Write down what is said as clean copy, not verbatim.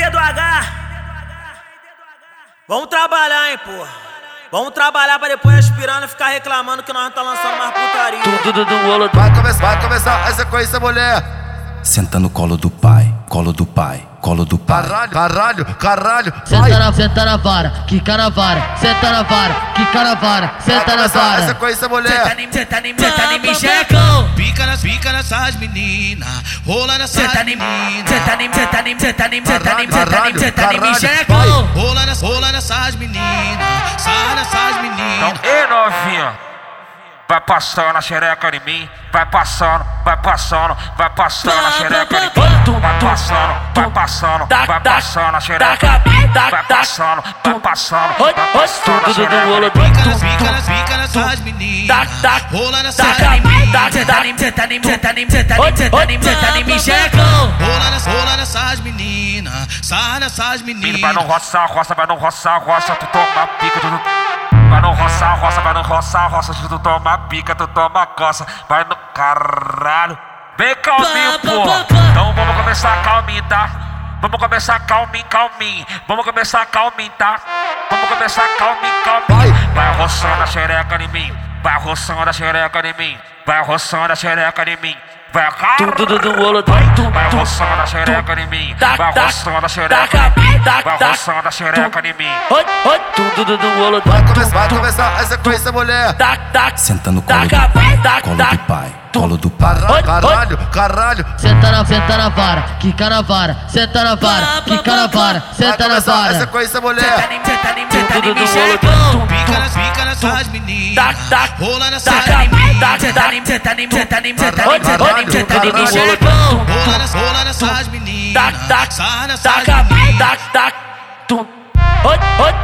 dedo H. Vamos trabalhar, hein, porra. Vamos trabalhar pra depois aspirando e ficar reclamando que nós não tá lançando mais putaria. Tudo do bolo. Vai começar a sequência, mulher. Senta no colo do pai, colo do pai, colo do pai. Caralho. Senta na vara, quica na vara. Senta na vara, quica na vara. Senta na A vara. sequência, mulher. Cê tá em mim, checão. Pica nessas meninas, rola nessas meninas. Cê tá em mim, checão. Rola nessas meninas, sai nessas meninas. Ei, novinha, vai passando a xereca em mim, vai passando a xereca em mim, vai passando a xereca, vai passando a xereca. Pica nessas meninas, rola nessas meninas. Cê tá em mim, checão. Rola nessas meninas, sai nessas meninas. Vai no roça, tu toma pica, tu vai no roça, tu toma pica, tu toma coça. Vai no caralho. Vem calminho, porra. Então vamos começar calminho, tá? Vamos começar calminho. Vamos começar calminho, tá? Vamos começar calminho. Vai roçando a xereca em mim. Vai roçando a xereca em mim. Vai roçando a xereca em mim. Vai Tudo do bolo. vai roçando a xereca em mim. Vai roçando a xereca. Vai roçando a xereca em mim. Tudo do bolo. Vai começar a sequência, mulher. Senta no colo do pai, colo do pai, colo do pai. Caralho. Senta na vara, quica na vara. Senta na vara, quica na vara. Vai Senta na começar a vara. sequência, mulher. Tudo do bolo. Pica nessas meninas, rola nessas meninas. Cê tá em mim, Rola nessas meninas, sai nessas meninas.